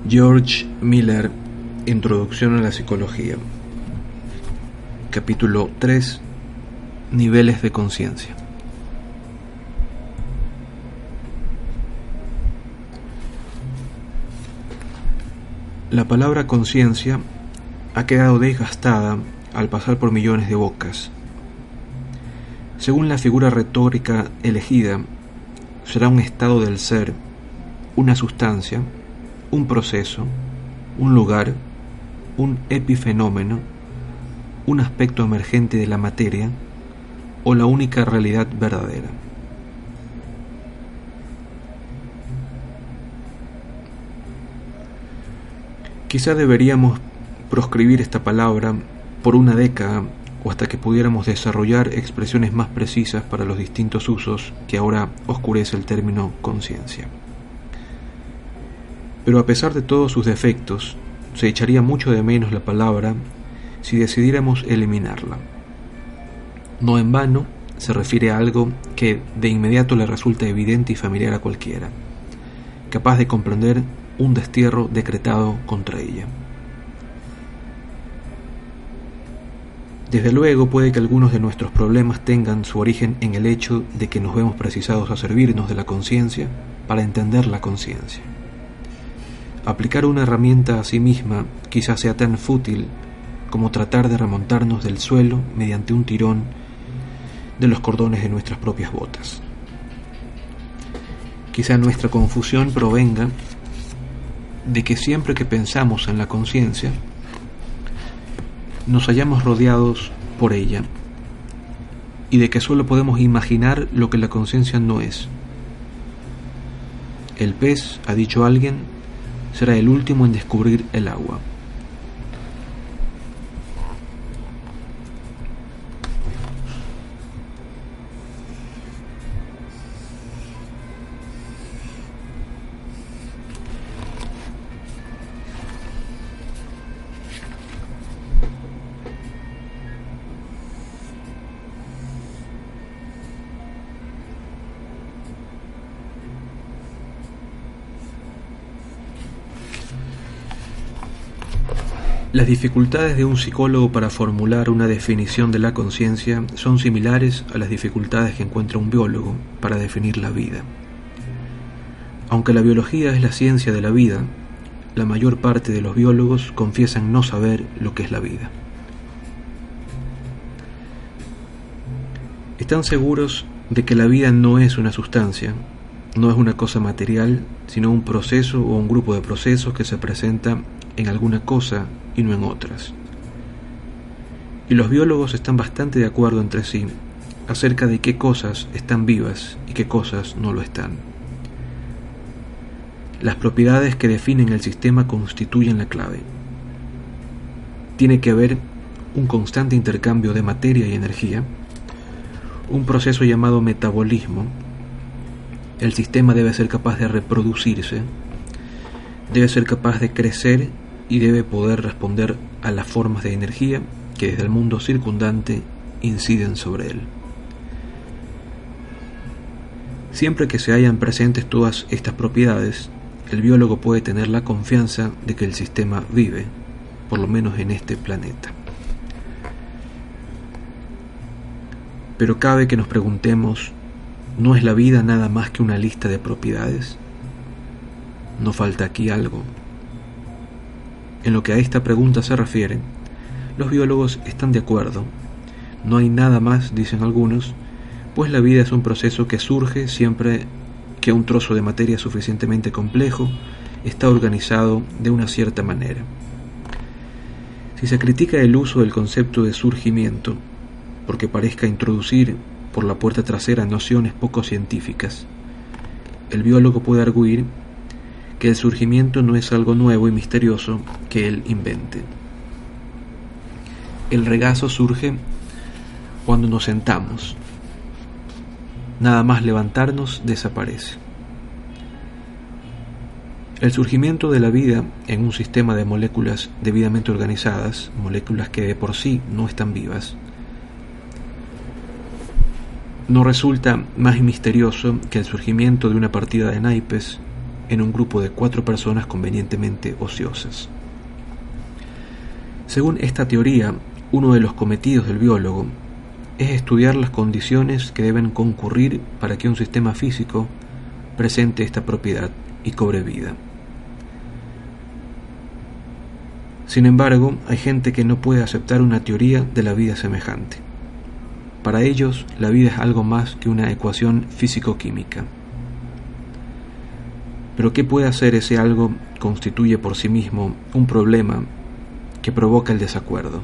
George Miller, Introducción a la Psicología. Capítulo 3. Niveles de conciencia. La palabra conciencia ha quedado desgastada al pasar por millones de bocas. Según la figura retórica elegida, será un estado del ser, una sustancia, un proceso, un lugar, un epifenómeno, un aspecto emergente de la materia o la única realidad verdadera. Quizá deberíamos proscribir esta palabra por una década o hasta que pudiéramos desarrollar expresiones más precisas para los distintos usos que ahora oscurece el término conciencia. Pero a pesar de todos sus defectos, se echaría mucho de menos la palabra si decidiéramos eliminarla. No en vano se refiere a algo que de inmediato le resulta evidente y familiar a cualquiera, capaz de comprender un destierro decretado contra ella. Desde luego puede que algunos de nuestros problemas tengan su origen en el hecho de que nos vemos precisados a servirnos de la conciencia para entender la conciencia. Aplicar una herramienta a sí misma quizás sea tan fútil como tratar de remontarnos del suelo mediante un tirón de los cordones de nuestras propias botas. Quizá nuestra confusión provenga de que siempre que pensamos en la conciencia, nos hallamos rodeados por ella, y de que solo podemos imaginar lo que la conciencia no es. El pez, ha dicho alguien, será el último en descubrir el agua. Las dificultades de un psicólogo para formular una definición de la conciencia son similares a las dificultades que encuentra un biólogo para definir la vida. Aunque la biología es la ciencia de la vida, la mayor parte de los biólogos confiesan no saber lo que es la vida. Están seguros de que la vida no es una sustancia, no es una cosa material, sino un proceso o un grupo de procesos que se presenta en alguna cosa y no en otras. Y los biólogos están bastante de acuerdo entre sí acerca de qué cosas están vivas y qué cosas no lo están. Las propiedades que definen el sistema constituyen la clave. Tiene que haber un constante intercambio de materia y energía, un proceso llamado metabolismo. El sistema debe ser capaz de reproducirse, debe ser capaz de crecer y debe poder responder a las formas de energía que desde el mundo circundante inciden sobre él. Siempre que se hayan presentes todas estas propiedades, el biólogo puede tener la confianza de que el sistema vive, por lo menos en este planeta. Pero cabe que nos preguntemos, ¿no es la vida nada más que una lista de propiedades? ¿No falta aquí algo? En lo que a esta pregunta se refiere, los biólogos están de acuerdo. No hay nada más, dicen algunos, pues la vida es un proceso que surge siempre que un trozo de materia suficientemente complejo está organizado de una cierta manera. Si se critica el uso del concepto de surgimiento, porque parezca introducir por la puerta trasera nociones poco científicas, el biólogo puede arguir que el surgimiento no es algo nuevo y misterioso que él invente. El regazo surge cuando nos sentamos. Nada más levantarnos desaparece. El surgimiento de la vida en un sistema de moléculas debidamente organizadas, moléculas que de por sí no están vivas, no resulta más misterioso que el surgimiento de una partida de naipes en un grupo de 4 personas convenientemente ociosas. Según esta teoría, uno de los cometidos del biólogo es estudiar las condiciones que deben concurrir para que un sistema físico presente esta propiedad y cobre vida. Sin embargo, hay gente que no puede aceptar una teoría de la vida semejante. Para ellos, la vida es algo más que una ecuación físico-química. Pero ¿qué puede hacer ese algo? Constituye por sí mismo un problema que provoca el desacuerdo.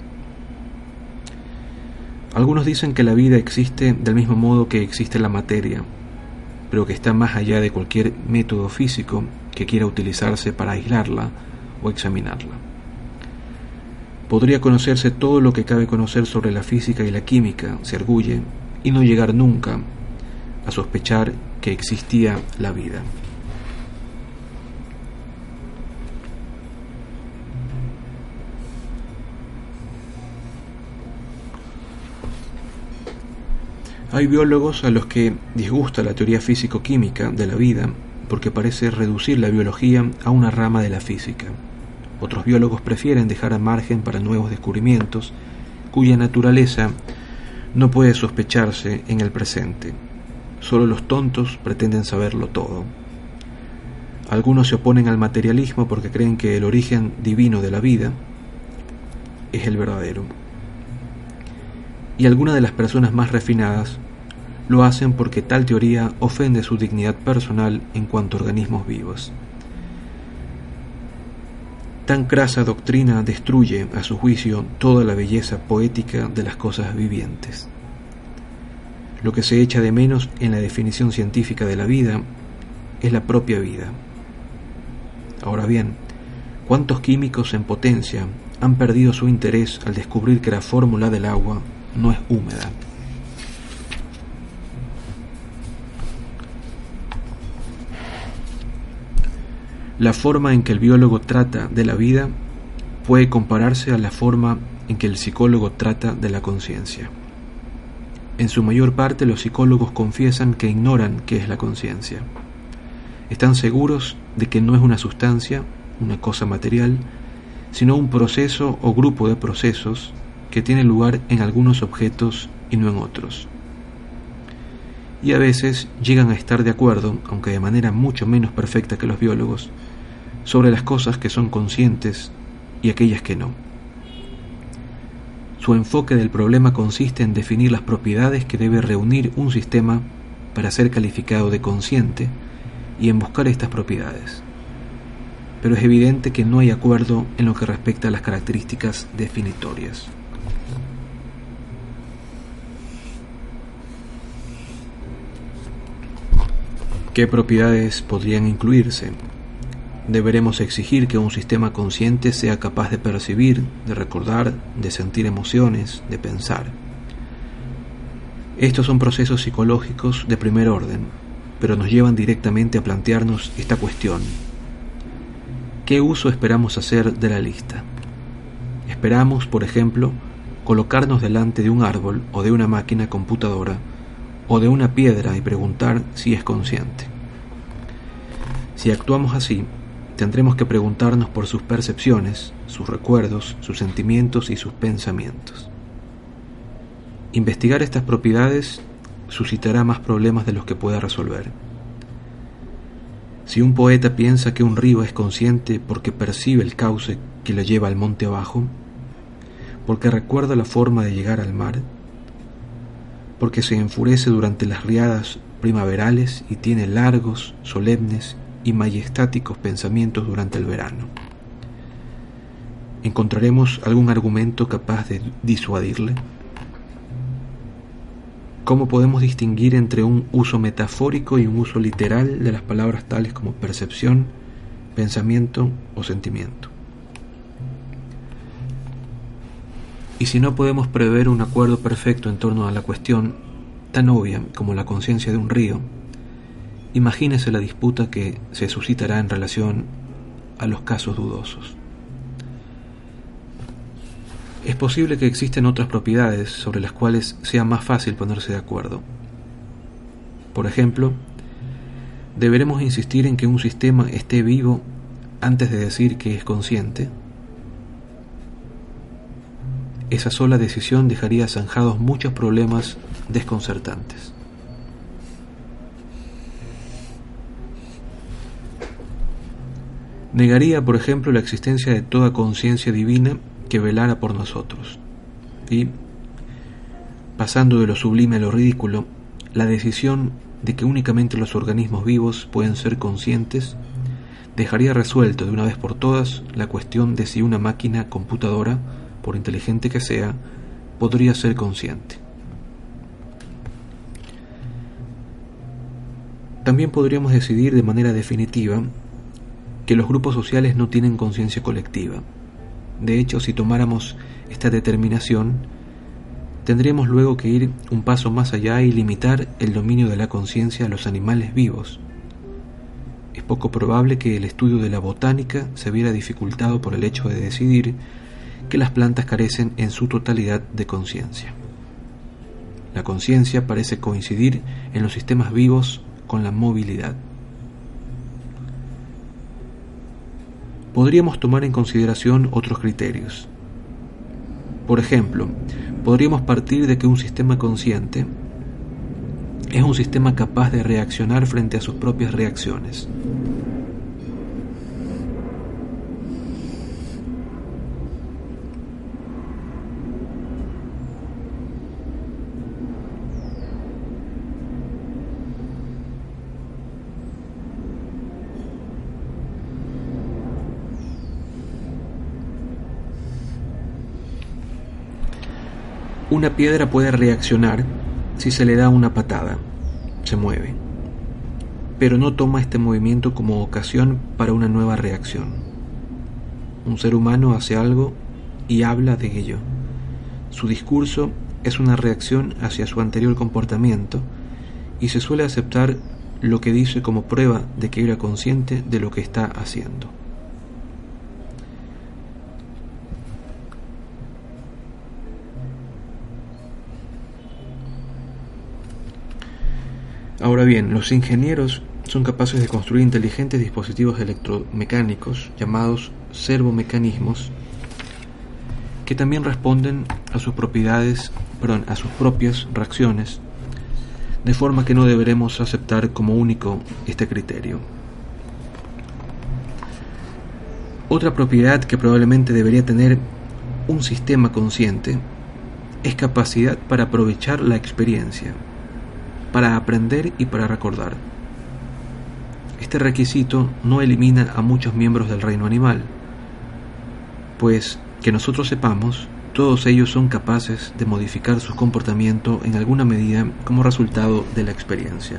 Algunos dicen que la vida existe del mismo modo que existe la materia, pero que está más allá de cualquier método físico que quiera utilizarse para aislarla o examinarla. Podría conocerse todo lo que cabe conocer sobre la física y la química, se arguye, y no llegar nunca a sospechar que existía la vida. Hay biólogos a los que disgusta la teoría físico-química de la vida porque parece reducir la biología a una rama de la física. Otros biólogos prefieren dejar al margen para nuevos descubrimientos cuya naturaleza no puede sospecharse en el presente. Solo los tontos pretenden saberlo todo. Algunos se oponen al materialismo porque creen que el origen divino de la vida es el verdadero. Y algunas de las personas más refinadas lo hacen porque tal teoría ofende su dignidad personal en cuanto a organismos vivos. Tan crasa doctrina destruye, a su juicio, toda la belleza poética de las cosas vivientes. Lo que se echa de menos en la definición científica de la vida es la propia vida. Ahora bien, ¿cuántos químicos en potencia han perdido su interés al descubrir que la fórmula del agua no es húmeda? La forma en que el biólogo trata de la vida puede compararse a la forma en que el psicólogo trata de la conciencia. En su mayor parte, los psicólogos confiesan que ignoran qué es la conciencia. Están seguros de que no es una sustancia, una cosa material, sino un proceso o grupo de procesos que tiene lugar en algunos objetos y no en otros. Y a veces llegan a estar de acuerdo, aunque de manera mucho menos perfecta que los biólogos, sobre las cosas que son conscientes y aquellas que no. Su enfoque del problema consiste en definir las propiedades que debe reunir un sistema para ser calificado de consciente y en buscar estas propiedades. Pero es evidente que no hay acuerdo en lo que respecta a las características definitorias. ¿Qué propiedades podrían incluirse? Deberemos exigir que un sistema consciente sea capaz de percibir, de recordar, de sentir emociones, de pensar. Estos son procesos psicológicos de primer orden, pero nos llevan directamente a plantearnos esta cuestión. ¿Qué uso esperamos hacer de la lista? Esperamos, por ejemplo, colocarnos delante de un árbol o de una máquina computadora o de una piedra y preguntar si es consciente. Si actuamos así, tendremos que preguntarnos por sus percepciones, sus recuerdos, sus sentimientos y sus pensamientos. Investigar estas propiedades suscitará más problemas de los que pueda resolver. Si un poeta piensa que un río es consciente porque percibe el cauce que le lleva al monte abajo, porque recuerda la forma de llegar al mar, porque se enfurece durante las riadas primaverales y tiene largos, solemnes y majestáticos pensamientos durante el verano, ¿encontraremos algún argumento capaz de disuadirle? ¿Cómo podemos distinguir entre un uso metafórico y un uso literal de las palabras tales como percepción, pensamiento o sentimiento? Y si no podemos prever un acuerdo perfecto en torno a la cuestión tan obvia como la conciencia de un río, imagínese la disputa que se suscitará en relación a los casos dudosos. Es posible que existen otras propiedades sobre las cuales sea más fácil ponerse de acuerdo. Por ejemplo, ¿Deberemos insistir en que un sistema esté vivo antes de decir que es consciente? Esa sola decisión dejaría zanjados muchos problemas desconcertantes. Negaría, por ejemplo, la existencia de toda conciencia divina que velara por nosotros. Y, pasando de lo sublime a lo ridículo, la decisión de que únicamente los organismos vivos pueden ser conscientes dejaría resuelto de una vez por todas la cuestión de si una máquina computadora, por inteligente que sea, podría ser consciente. También podríamos decidir de manera definitiva que los grupos sociales no tienen conciencia colectiva. De hecho, si tomáramos esta determinación, tendríamos luego que ir un paso más allá y limitar el dominio de la conciencia a los animales vivos. Es poco probable que el estudio de la botánica se viera dificultado por el hecho de decidir que las plantas carecen en su totalidad de conciencia. La conciencia parece coincidir en los sistemas vivos con la movilidad. Podríamos tomar en consideración otros criterios. Por ejemplo, podríamos partir de que un sistema consciente es un sistema capaz de reaccionar frente a sus propias reacciones. Una piedra puede reaccionar si se le da una patada, se mueve, pero no toma este movimiento como ocasión para una nueva reacción. Un ser humano hace algo y habla de ello. Su discurso es una reacción hacia su anterior comportamiento y se suele aceptar lo que dice como prueba de que era consciente de lo que está haciendo. Ahora bien, los ingenieros son capaces de construir inteligentes dispositivos electromecánicos llamados servomecanismos que también responden a sus propias reacciones, de forma que no deberemos aceptar como único este criterio. Otra propiedad que probablemente debería tener un sistema consciente es capacidad para aprovechar la experiencia, para aprender y para recordar. Este requisito no elimina a muchos miembros del reino animal, pues, que nosotros sepamos, todos ellos son capaces de modificar su comportamiento en alguna medida como resultado de la experiencia.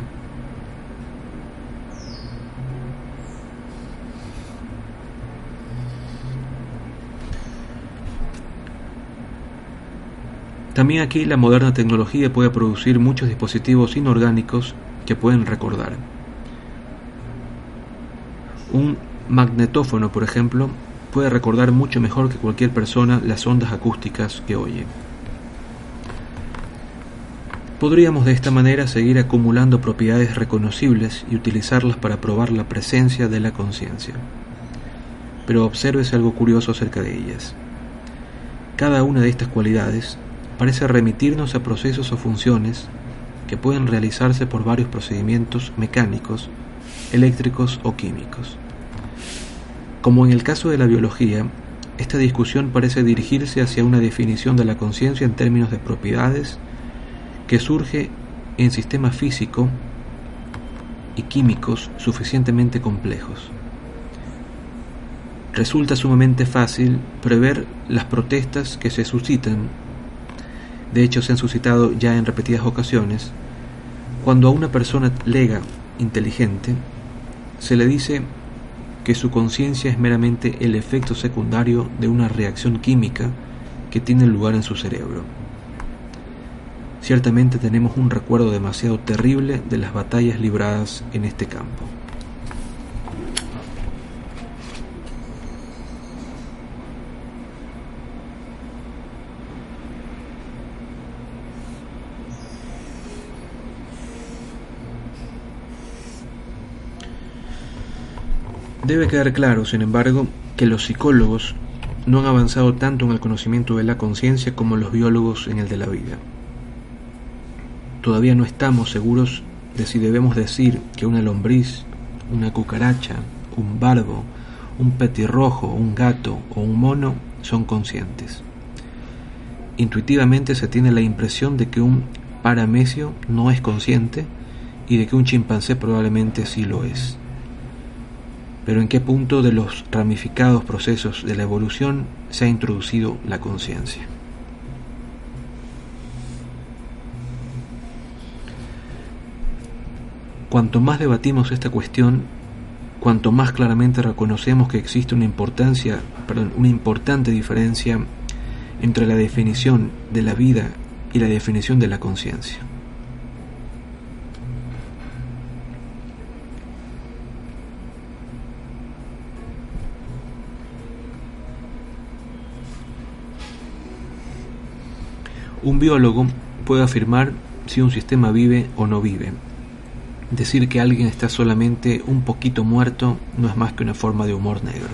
También aquí la moderna tecnología puede producir muchos dispositivos inorgánicos que pueden recordar. Un magnetófono, por ejemplo, puede recordar mucho mejor que cualquier persona las ondas acústicas que oye. Podríamos de esta manera seguir acumulando propiedades reconocibles y utilizarlas para probar la presencia de la conciencia. Pero obsérvese algo curioso acerca de ellas. Cada una de estas cualidades parece remitirnos a procesos o funciones que pueden realizarse por varios procedimientos mecánicos, eléctricos o químicos. Como en el caso de la biología, esta discusión parece dirigirse hacia una definición de la conciencia en términos de propiedades que surge en sistemas físicos y químicos suficientemente complejos. Resulta sumamente fácil prever las protestas que se suscitan. De hecho, se han suscitado ya en repetidas ocasiones, cuando a una persona lega, inteligente, se le dice que su conciencia es meramente el efecto secundario de una reacción química que tiene lugar en su cerebro. Ciertamente tenemos un recuerdo demasiado terrible de las batallas libradas en este campo. Debe quedar claro, sin embargo, que los psicólogos no han avanzado tanto en el conocimiento de la conciencia como los biólogos en el de la vida. Todavía no estamos seguros de si debemos decir que una lombriz, una cucaracha, un barbo, un petirrojo, un gato o un mono son conscientes. Intuitivamente se tiene la impresión de que un paramesio no es consciente y de que un chimpancé probablemente sí lo es. Pero ¿en qué punto de los ramificados procesos de la evolución se ha introducido la conciencia? Cuanto más debatimos esta cuestión, cuanto más claramente reconocemos que existe una importante diferencia entre la definición de la vida y la definición de la conciencia. Un biólogo puede afirmar si un sistema vive o no vive. Decir que alguien está solamente un poquito muerto no es más que una forma de humor negro.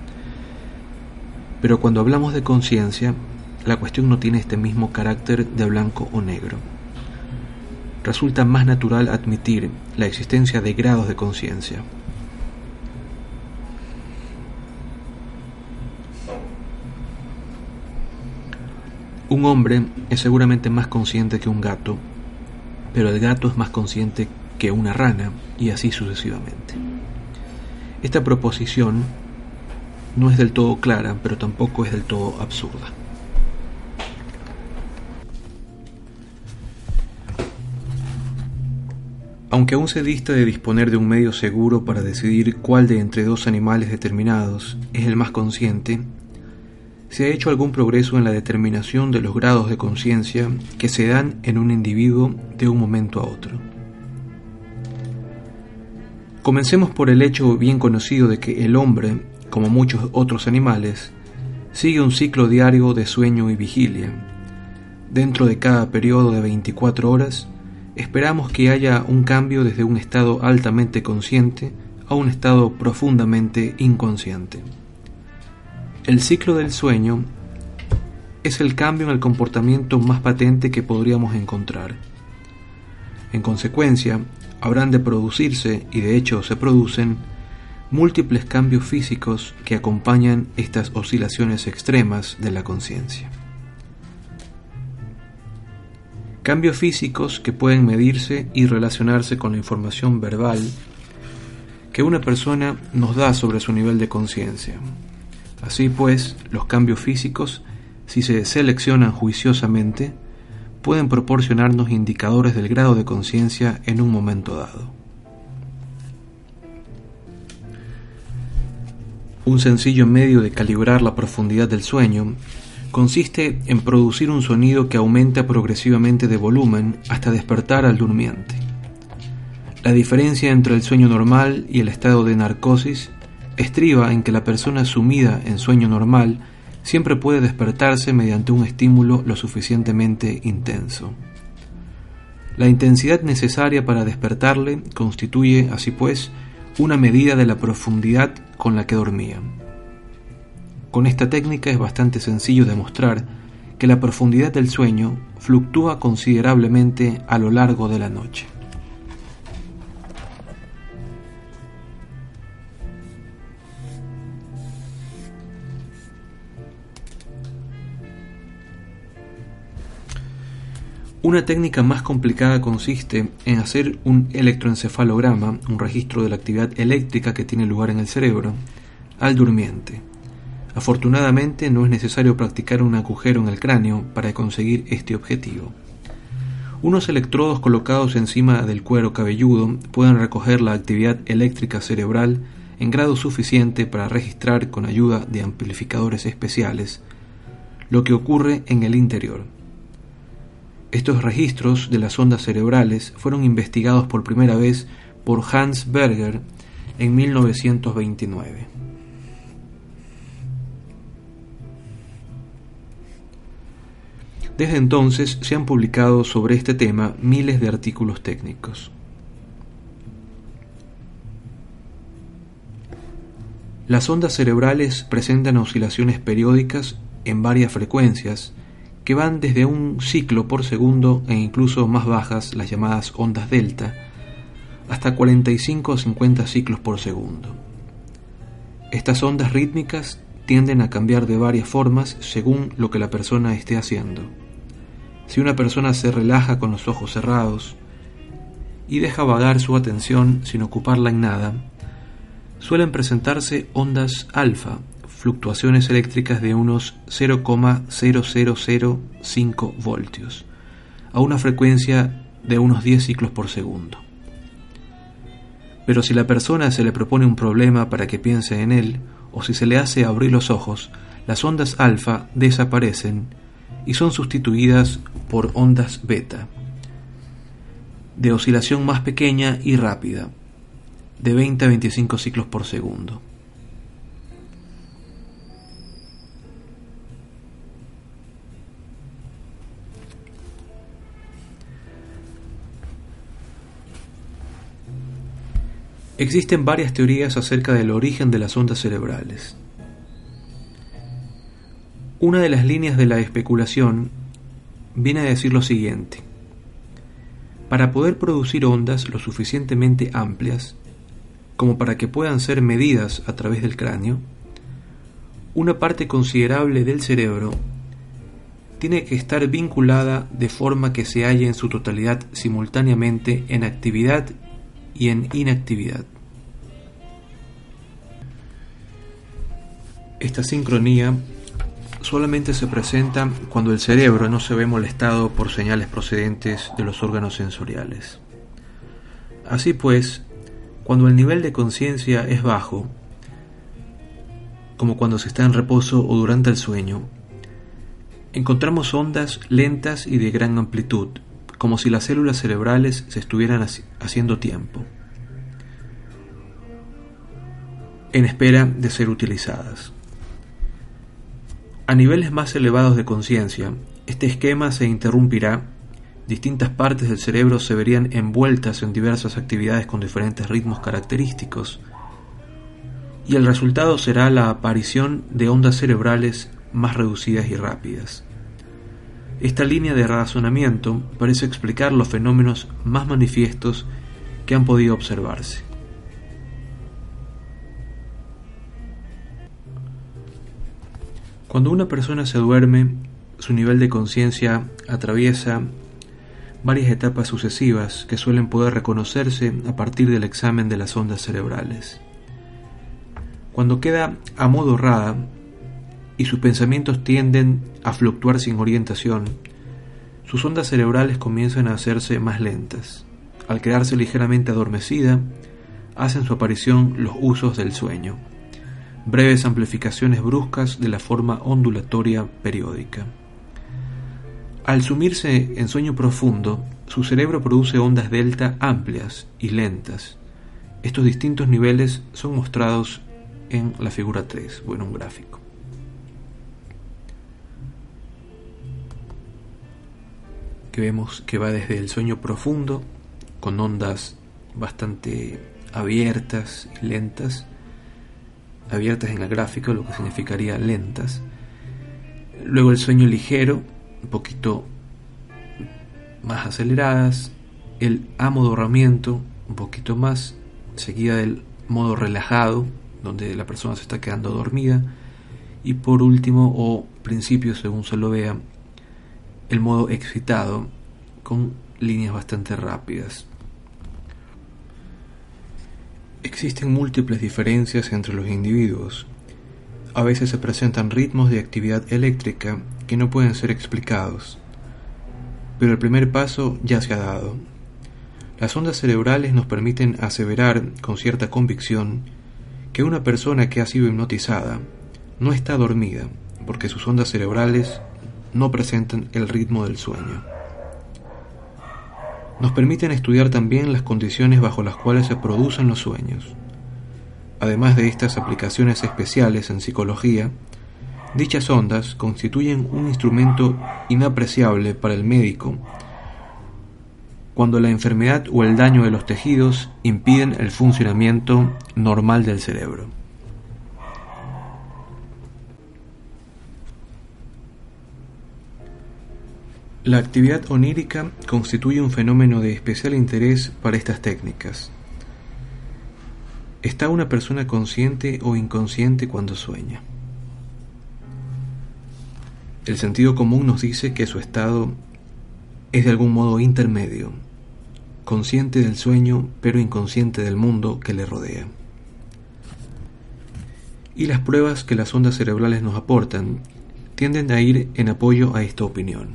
Pero cuando hablamos de conciencia, la cuestión no tiene este mismo carácter de blanco o negro. Resulta más natural admitir la existencia de grados de conciencia. Un hombre es seguramente más consciente que un gato, pero el gato es más consciente que una rana, y así sucesivamente. Esta proposición no es del todo clara, pero tampoco es del todo absurda. Aunque aún se dista de disponer de un medio seguro para decidir cuál de entre dos animales determinados es el más consciente, se ha hecho algún progreso en la determinación de los grados de conciencia que se dan en un individuo de un momento a otro. Comencemos por el hecho bien conocido de que el hombre, como muchos otros animales, sigue un ciclo diario de sueño y vigilia. Dentro de cada periodo de 24 horas, esperamos que haya un cambio desde un estado altamente consciente a un estado profundamente inconsciente. El ciclo del sueño es el cambio en el comportamiento más patente que podríamos encontrar. En consecuencia, habrán de producirse, y de hecho se producen, múltiples cambios físicos que acompañan estas oscilaciones extremas de la conciencia. Cambios físicos que pueden medirse y relacionarse con la información verbal que una persona nos da sobre su nivel de conciencia. Así pues, los cambios físicos, si se seleccionan juiciosamente, pueden proporcionarnos indicadores del grado de conciencia en un momento dado. Un sencillo medio de calibrar la profundidad del sueño consiste en producir un sonido que aumenta progresivamente de volumen hasta despertar al durmiente. La diferencia entre el sueño normal y el estado de narcosis estriba en que la persona sumida en sueño normal siempre puede despertarse mediante un estímulo lo suficientemente intenso. La intensidad necesaria para despertarle constituye, así pues, una medida de la profundidad con la que dormía. Con esta técnica es bastante sencillo demostrar que la profundidad del sueño fluctúa considerablemente a lo largo de la noche. Una técnica más complicada consiste en hacer un electroencefalograma, un registro de la actividad eléctrica que tiene lugar en el cerebro, al durmiente. Afortunadamente no es necesario practicar un agujero en el cráneo para conseguir este objetivo. Unos electrodos colocados encima del cuero cabelludo pueden recoger la actividad eléctrica cerebral en grado suficiente para registrar con ayuda de amplificadores especiales lo que ocurre en el interior. Estos registros de las ondas cerebrales fueron investigados por primera vez por Hans Berger en 1929. Desde entonces se han publicado sobre este tema miles de artículos técnicos. Las ondas cerebrales presentan oscilaciones periódicas en varias frecuencias que van desde un ciclo por segundo e incluso más bajas, las llamadas ondas delta, hasta 45 o 50 ciclos por segundo. Estas ondas rítmicas tienden a cambiar de varias formas según lo que la persona esté haciendo. Si una persona se relaja con los ojos cerrados y deja vagar su atención sin ocuparla en nada, suelen presentarse ondas alfa, fluctuaciones eléctricas de unos 0,0005 voltios, a una frecuencia de unos 10 ciclos por segundo. Pero si la persona se le propone un problema para que piense en él, o si se le hace abrir los ojos, las ondas alfa desaparecen y son sustituidas por ondas beta, de oscilación más pequeña y rápida, de 20 a 25 ciclos por segundo. Existen varias teorías acerca del origen de las ondas cerebrales. Una de las líneas de la especulación viene a decir lo siguiente: para poder producir ondas lo suficientemente amplias como para que puedan ser medidas a través del cráneo, una parte considerable del cerebro tiene que estar vinculada de forma que se halle en su totalidad simultáneamente en actividad y en inactividad. Esta sincronía solamente se presenta cuando el cerebro no se ve molestado por señales procedentes de los órganos sensoriales. Así pues, cuando el nivel de conciencia es bajo, como cuando se está en reposo o durante el sueño, encontramos ondas lentas y de gran amplitud, como si las células cerebrales se estuvieran haciendo tiempo, en espera de ser utilizadas. A niveles más elevados de conciencia, este esquema se interrumpirá, distintas partes del cerebro se verían envueltas en diversas actividades con diferentes ritmos característicos, y el resultado será la aparición de ondas cerebrales más reducidas y rápidas. Esta línea de razonamiento parece explicar los fenómenos más manifiestos que han podido observarse. Cuando una persona se duerme, su nivel de conciencia atraviesa varias etapas sucesivas que suelen poder reconocerse a partir del examen de las ondas cerebrales. Cuando queda amodorrada y sus pensamientos tienden a fluctuar sin orientación, sus ondas cerebrales comienzan a hacerse más lentas. Al quedarse ligeramente adormecida, hacen su aparición los usos del sueño, breves amplificaciones bruscas de la forma ondulatoria periódica. Al sumirse en sueño profundo, su cerebro produce ondas delta amplias y lentas. Estos distintos niveles son mostrados en la figura 3 o en un gráfico. Que vemos que va desde el sueño profundo, con ondas bastante abiertas y lentas, abiertas en el gráfico, lo que significaría lentas. Luego el sueño ligero, un poquito más aceleradas, el amodorramiento un poquito más, seguida del modo relajado, donde la persona se está quedando dormida, y por último, o principio según se lo vea, el modo excitado, con líneas bastante rápidas. Existen múltiples diferencias entre los individuos. A veces se presentan ritmos de actividad eléctrica que no pueden ser explicados, pero el primer paso ya se ha dado. Las ondas cerebrales nos permiten aseverar con cierta convicción que una persona que ha sido hipnotizada no está dormida, porque sus ondas cerebrales no presentan el ritmo del sueño. Nos permiten estudiar también las condiciones bajo las cuales se producen los sueños. Además de estas aplicaciones especiales en psicología, dichas ondas constituyen un instrumento inapreciable para el médico cuando la enfermedad o el daño de los tejidos impiden el funcionamiento normal del cerebro. La actividad onírica constituye un fenómeno de especial interés para estas técnicas. ¿Está una persona consciente o inconsciente cuando sueña? El sentido común nos dice que su estado es de algún modo intermedio, consciente del sueño pero inconsciente del mundo que le rodea. Y las pruebas que las ondas cerebrales nos aportan tienden a ir en apoyo a esta opinión.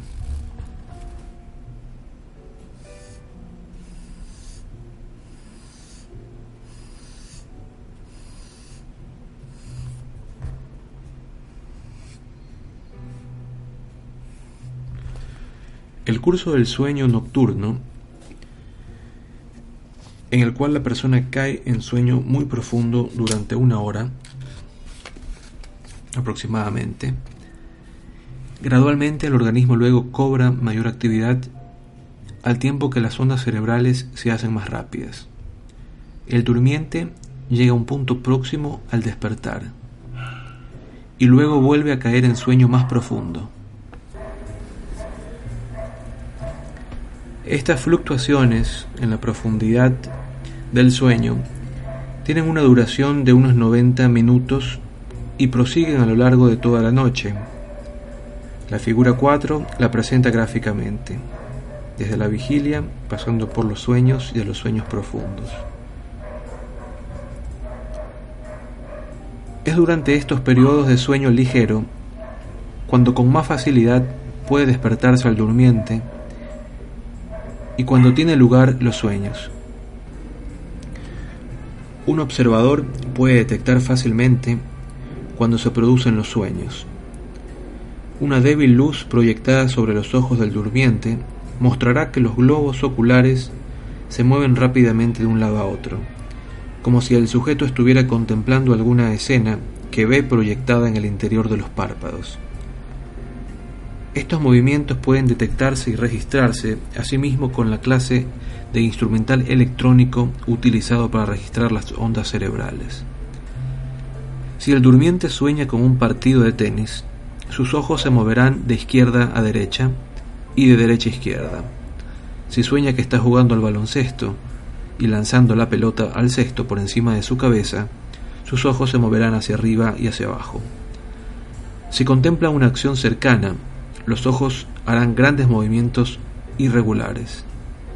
El curso del sueño nocturno, en el cual la persona cae en sueño muy profundo durante 1 hora aproximadamente, gradualmente el organismo luego cobra mayor actividad al tiempo que las ondas cerebrales se hacen más rápidas. El durmiente llega a un punto próximo al despertar y luego vuelve a caer en sueño más profundo. Estas fluctuaciones en la profundidad del sueño tienen una duración de unos 90 minutos y prosiguen a lo largo de toda la noche. La figura 4 la presenta gráficamente, desde la vigilia, pasando por los sueños y de los sueños profundos. Es durante estos periodos de sueño ligero cuando con más facilidad puede despertarse al durmiente y cuando tiene lugar los sueños. Un observador puede detectar fácilmente cuando se producen los sueños. Una débil luz proyectada sobre los ojos del durmiente mostrará que los globos oculares se mueven rápidamente de un lado a otro, como si el sujeto estuviera contemplando alguna escena que ve proyectada en el interior de los párpados. Estos movimientos pueden detectarse y registrarse asimismo con la clase de instrumental electrónico utilizado para registrar las ondas cerebrales. Si el durmiente sueña con un partido de tenis, sus ojos se moverán de izquierda a derecha y de derecha a izquierda. Si sueña que está jugando al baloncesto y lanzando la pelota al cesto por encima de su cabeza, sus ojos se moverán hacia arriba y hacia abajo. Si contempla una acción cercana, los ojos harán grandes movimientos irregulares.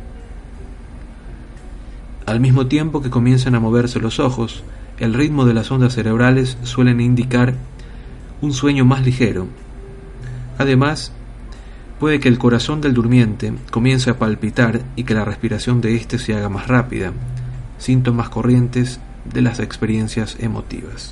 Al mismo tiempo que comienzan a moverse los ojos, el ritmo de las ondas cerebrales suelen indicar un sueño más ligero. Además, puede que el corazón del durmiente comience a palpitar y que la respiración de éste se haga más rápida, síntomas corrientes de las experiencias emotivas.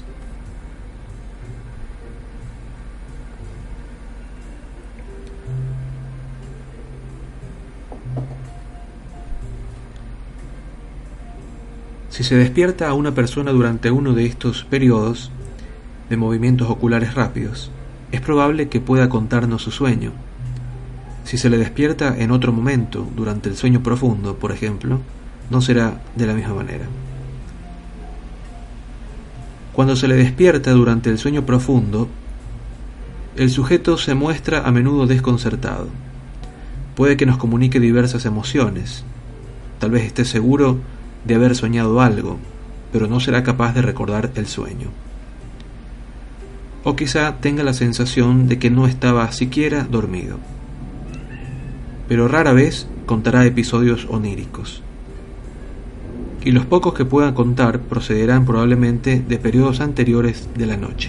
Si se despierta a una persona durante uno de estos periodos de movimientos oculares rápidos, es probable que pueda contarnos su sueño. Si se le despierta en otro momento, durante el sueño profundo, por ejemplo, no será de la misma manera. Cuando se le despierta durante el sueño profundo, el sujeto se muestra a menudo desconcertado. Puede que nos comunique diversas emociones. Tal vez esté seguro de haber soñado algo, pero no será capaz de recordar el sueño. O quizá tenga la sensación de que no estaba siquiera dormido. Pero rara vez contará episodios oníricos. Y los pocos que puedan contar procederán probablemente de periodos anteriores de la noche.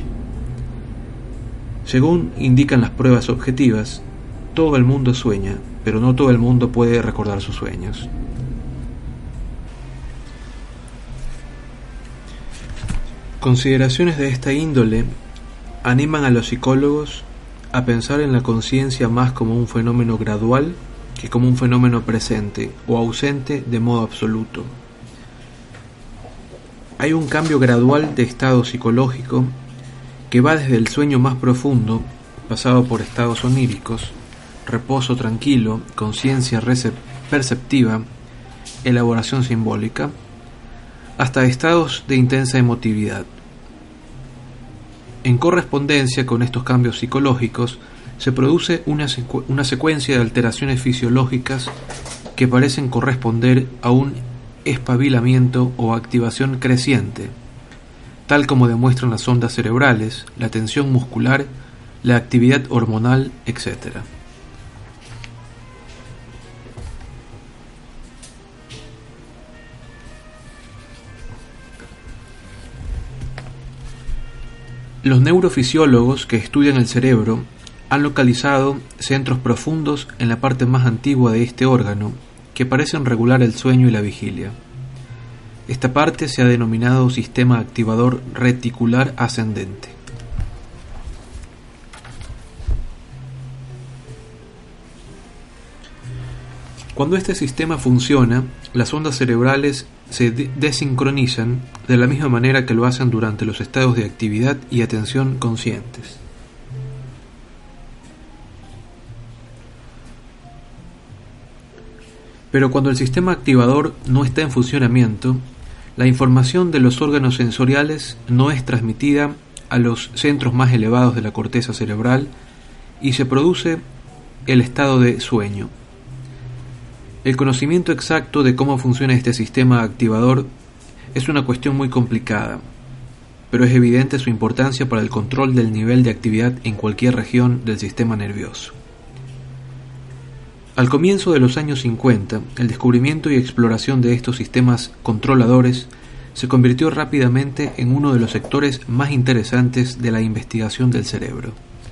Según indican las pruebas objetivas, todo el mundo sueña, pero no todo el mundo puede recordar sus sueños. Consideraciones de esta índole animan a los psicólogos a pensar en la conciencia más como un fenómeno gradual que como un fenómeno presente o ausente de modo absoluto. Hay un cambio gradual de estado psicológico que va desde el sueño más profundo, pasado por estados oníricos, reposo tranquilo, conciencia perceptiva, elaboración simbólica, hasta estados de intensa emotividad. En correspondencia con estos cambios psicológicos, se produce una secuencia de alteraciones fisiológicas que parecen corresponder a un espabilamiento o activación creciente, tal como demuestran las ondas cerebrales, la tensión muscular, la actividad hormonal, etc. Los neurofisiólogos que estudian el cerebro han localizado centros profundos en la parte más antigua de este órgano que parecen regular el sueño y la vigilia. Esta parte se ha denominado sistema activador reticular ascendente. Cuando este sistema funciona, las ondas cerebrales se desincronizan de la misma manera que lo hacen durante los estados de actividad y atención conscientes. Pero cuando el sistema activador no está en funcionamiento, la información de los órganos sensoriales no es transmitida a los centros más elevados de la corteza cerebral y se produce el estado de sueño. El conocimiento exacto de cómo funciona este sistema activador es una cuestión muy complicada, pero es evidente su importancia para el control del nivel de actividad en cualquier región del sistema nervioso. Al comienzo de los años 50, el descubrimiento y exploración de estos sistemas controladores se convirtió rápidamente en uno de los sectores más interesantes de la investigación del cerebro.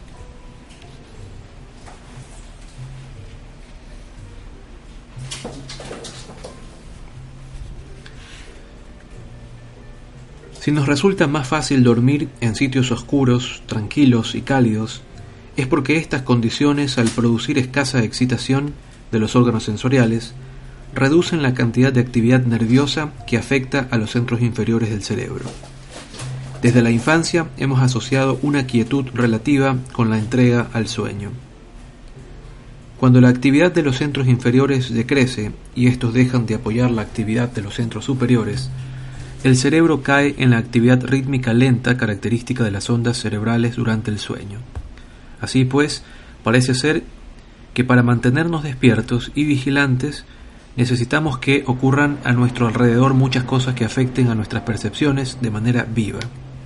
Si nos resulta más fácil dormir en sitios oscuros, tranquilos y cálidos, es porque estas condiciones, al producir escasa excitación de los órganos sensoriales, reducen la cantidad de actividad nerviosa que afecta a los centros inferiores del cerebro. Desde la infancia hemos asociado una quietud relativa con la entrega al sueño. Cuando la actividad de los centros inferiores decrece y estos dejan de apoyar la actividad de los centros superiores, el cerebro cae en la actividad rítmica lenta característica de las ondas cerebrales durante el sueño. Así pues, parece ser que para mantenernos despiertos y vigilantes necesitamos que ocurran a nuestro alrededor muchas cosas que afecten a nuestras percepciones de manera viva.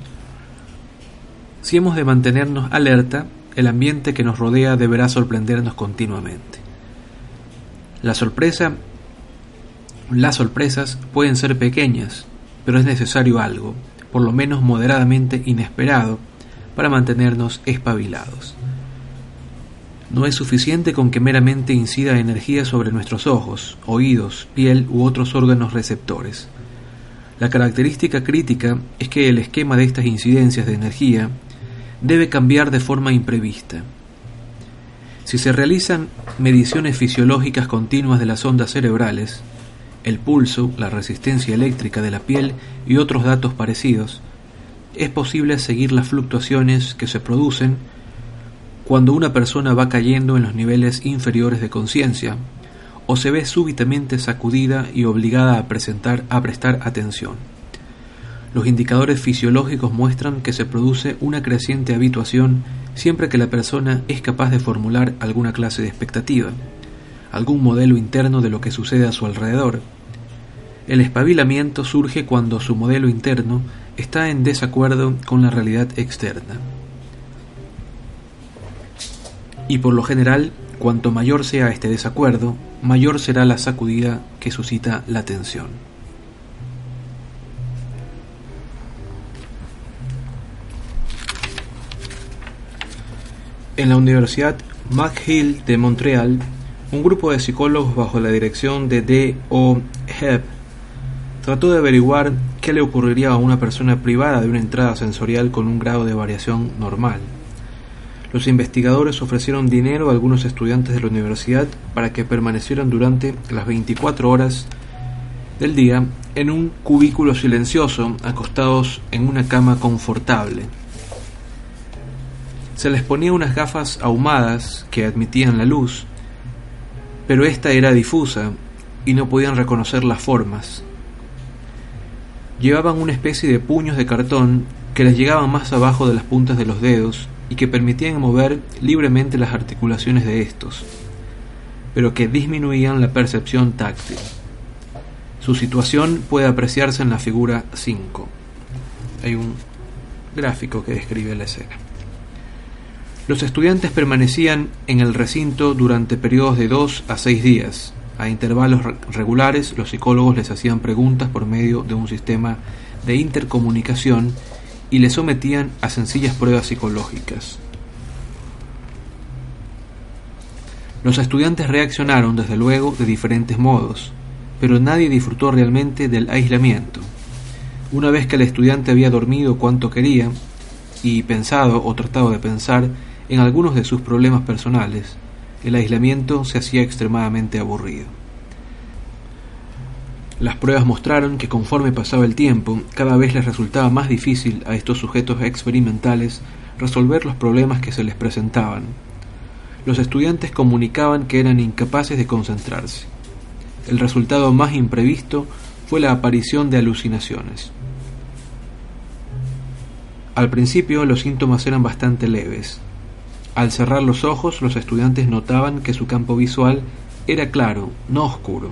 Si hemos de mantenernos alerta, el ambiente que nos rodea deberá sorprendernos continuamente. Las sorpresas pueden ser pequeñas, pero es necesario algo, por lo menos moderadamente inesperado, para mantenernos espabilados. No es suficiente con que meramente incida energía sobre nuestros ojos, oídos, piel u otros órganos receptores. La característica crítica es que el esquema de estas incidencias de energía debe cambiar de forma imprevista. Si se realizan mediciones fisiológicas continuas de las ondas cerebrales, el pulso, la resistencia eléctrica de la piel y otros datos parecidos, es posible seguir las fluctuaciones que se producen cuando una persona va cayendo en los niveles inferiores de conciencia o se ve súbitamente sacudida y obligada a prestar atención. Los indicadores fisiológicos muestran que se produce una creciente habituación siempre que la persona es capaz de formular alguna clase de expectativa, algún modelo interno de lo que sucede a su alrededor. El espabilamiento surge cuando su modelo interno está en desacuerdo con la realidad externa. Y por lo general, cuanto mayor sea este desacuerdo, mayor será la sacudida que suscita la tensión. En la Universidad McGill de Montreal, un grupo de psicólogos bajo la dirección de D.O. Hebb trató de averiguar qué le ocurriría a una persona privada de una entrada sensorial con un grado de variación normal. Los investigadores ofrecieron dinero a algunos estudiantes de la universidad para que permanecieran durante las 24 horas del día en un cubículo silencioso, acostados en una cama confortable. Se les ponía unas gafas ahumadas que admitían la luz, pero esta era difusa y no podían reconocer las formas. Llevaban una especie de puños de cartón que les llegaban más abajo de las puntas de los dedos y que permitían mover libremente las articulaciones de estos, pero que disminuían la percepción táctil. Su situación puede apreciarse en la figura 5. Hay un gráfico que describe la escena. Los estudiantes permanecían en el recinto durante periodos de 2 a 6 días. A intervalos regulares, los psicólogos les hacían preguntas por medio de un sistema de intercomunicación y les sometían a sencillas pruebas psicológicas. Los estudiantes reaccionaron, desde luego, de diferentes modos, pero nadie disfrutó realmente del aislamiento. Una vez que el estudiante había dormido cuanto quería y pensado o tratado de pensar en algunos de sus problemas personales, el aislamiento se hacía extremadamente aburrido. Las pruebas mostraron que conforme pasaba el tiempo, cada vez les resultaba más difícil a estos sujetos experimentales resolver los problemas que se les presentaban. Los estudiantes comunicaban que eran incapaces de concentrarse. El resultado más imprevisto fue la aparición de alucinaciones. Al principio los síntomas eran bastante leves. Al cerrar los ojos, los estudiantes notaban que su campo visual era claro, no oscuro.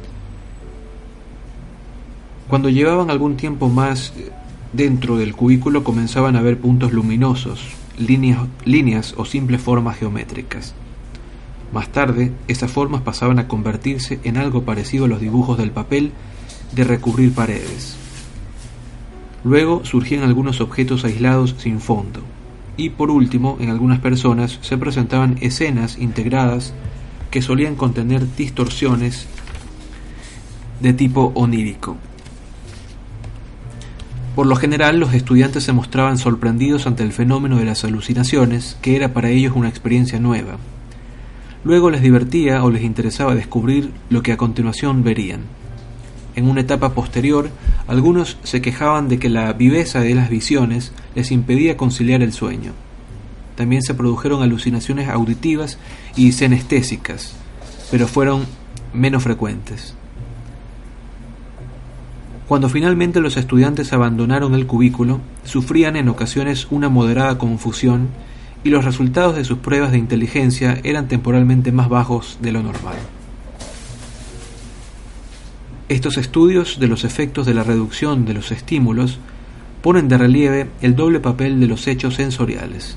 Cuando llevaban algún tiempo más dentro del cubículo, comenzaban a ver puntos luminosos, líneas o simples formas geométricas. Más tarde, esas formas pasaban a convertirse en algo parecido a los dibujos del papel de recubrir paredes. Luego surgían algunos objetos aislados sin fondo. Y por último, en algunas personas se presentaban escenas integradas que solían contener distorsiones de tipo onírico. Por lo general, los estudiantes se mostraban sorprendidos ante el fenómeno de las alucinaciones, que era para ellos una experiencia nueva. Luego les divertía o les interesaba descubrir lo que a continuación verían. En una etapa posterior, algunos se quejaban de que la viveza de las visiones les impedía conciliar el sueño. También se produjeron alucinaciones auditivas y senestésicas, pero fueron menos frecuentes. Cuando finalmente los estudiantes abandonaron el cubículo, sufrían en ocasiones una moderada confusión y los resultados de sus pruebas de inteligencia eran temporalmente más bajos de lo normal. Estos estudios de los efectos de la reducción de los estímulos ponen de relieve el doble papel de los hechos sensoriales.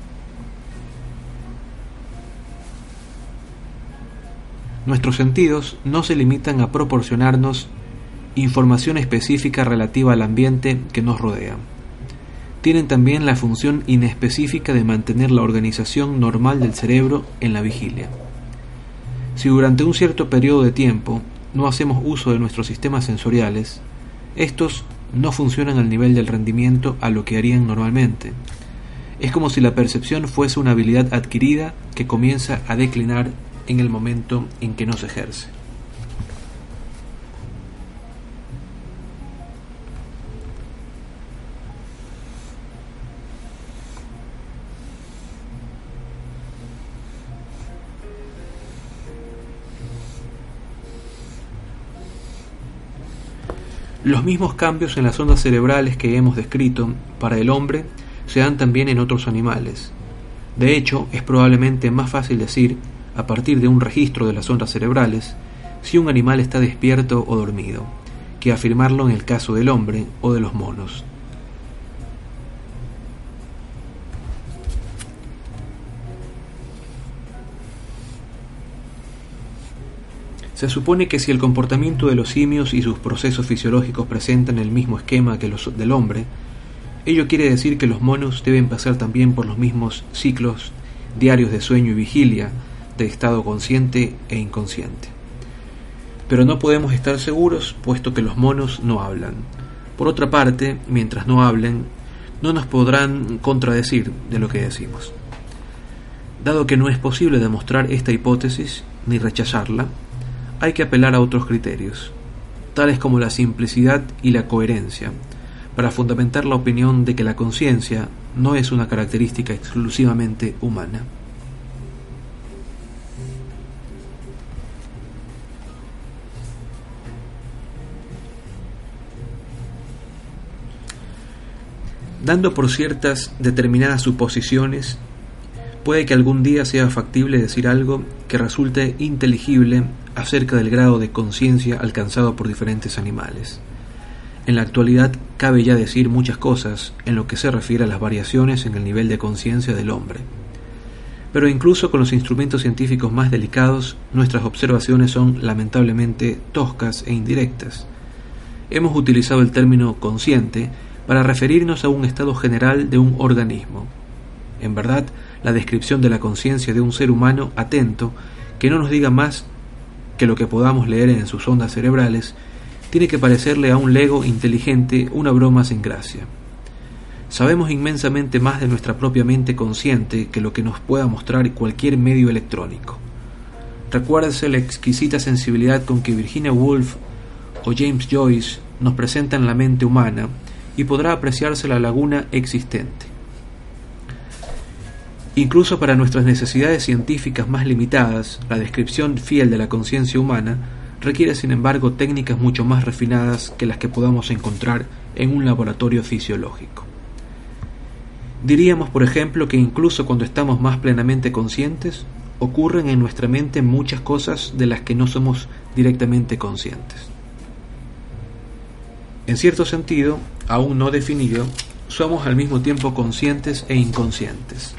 Nuestros sentidos no se limitan a proporcionarnos información específica relativa al ambiente que nos rodea. Tienen también la función inespecífica de mantener la organización normal del cerebro en la vigilia. Si durante un cierto periodo de tiempo no hacemos uso de nuestros sistemas sensoriales, estos no funcionan al nivel del rendimiento a lo que harían normalmente. Es como si la percepción fuese una habilidad adquirida que comienza a declinar en el momento en que no se ejerce. Los mismos cambios en las ondas cerebrales que hemos descrito para el hombre se dan también en otros animales. De hecho, es probablemente más fácil decir, a partir de un registro de las ondas cerebrales, si un animal está despierto o dormido, que afirmarlo en el caso del hombre o de los monos. Se supone que si el comportamiento de los simios y sus procesos fisiológicos presentan el mismo esquema que los del hombre, ello quiere decir que los monos deben pasar también por los mismos ciclos diarios de sueño y vigilia, de estado consciente e inconsciente. Pero no podemos estar seguros, puesto que los monos no hablan. Por otra parte, mientras no hablen, no nos podrán contradecir de lo que decimos. Dado que no es posible demostrar esta hipótesis, ni rechazarla, hay que apelar a otros criterios, tales como la simplicidad y la coherencia, para fundamentar la opinión de que la conciencia no es una característica exclusivamente humana. Dando por ciertas determinadas suposiciones, puede que algún día sea factible decir algo que resulte inteligible acerca del grado de conciencia alcanzado por diferentes animales. En la actualidad cabe ya decir muchas cosas en lo que se refiere a las variaciones en el nivel de conciencia del hombre. Pero incluso con los instrumentos científicos más delicados, nuestras observaciones son lamentablemente toscas e indirectas. Hemos utilizado el término consciente para referirnos a un estado general de un organismo. En verdad, la descripción de la conciencia de un ser humano atento, que no nos diga más que lo que podamos leer en sus ondas cerebrales, tiene que parecerle a un lego inteligente una broma sin gracia. Sabemos inmensamente más de nuestra propia mente consciente que lo que nos pueda mostrar cualquier medio electrónico. Recuérdese la exquisita sensibilidad con que Virginia Woolf o James Joyce nos presentan la mente humana, y podrá apreciarse la laguna existente. Incluso para nuestras necesidades científicas más limitadas, la descripción fiel de la conciencia humana requiere sin embargo técnicas mucho más refinadas que las que podamos encontrar en un laboratorio fisiológico. Diríamos, por ejemplo, que incluso cuando estamos más plenamente conscientes, ocurren en nuestra mente muchas cosas de las que no somos directamente conscientes. En cierto sentido, aún no definido, somos al mismo tiempo conscientes e inconscientes.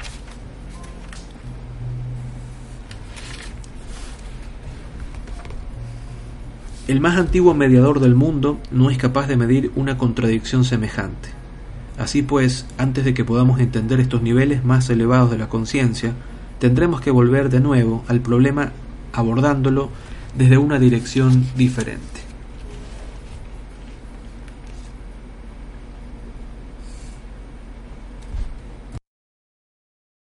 El más antiguo mediador del mundo no es capaz de medir una contradicción semejante. Así pues, antes de que podamos entender estos niveles más elevados de la conciencia, tendremos que volver de nuevo al problema abordándolo desde una dirección diferente.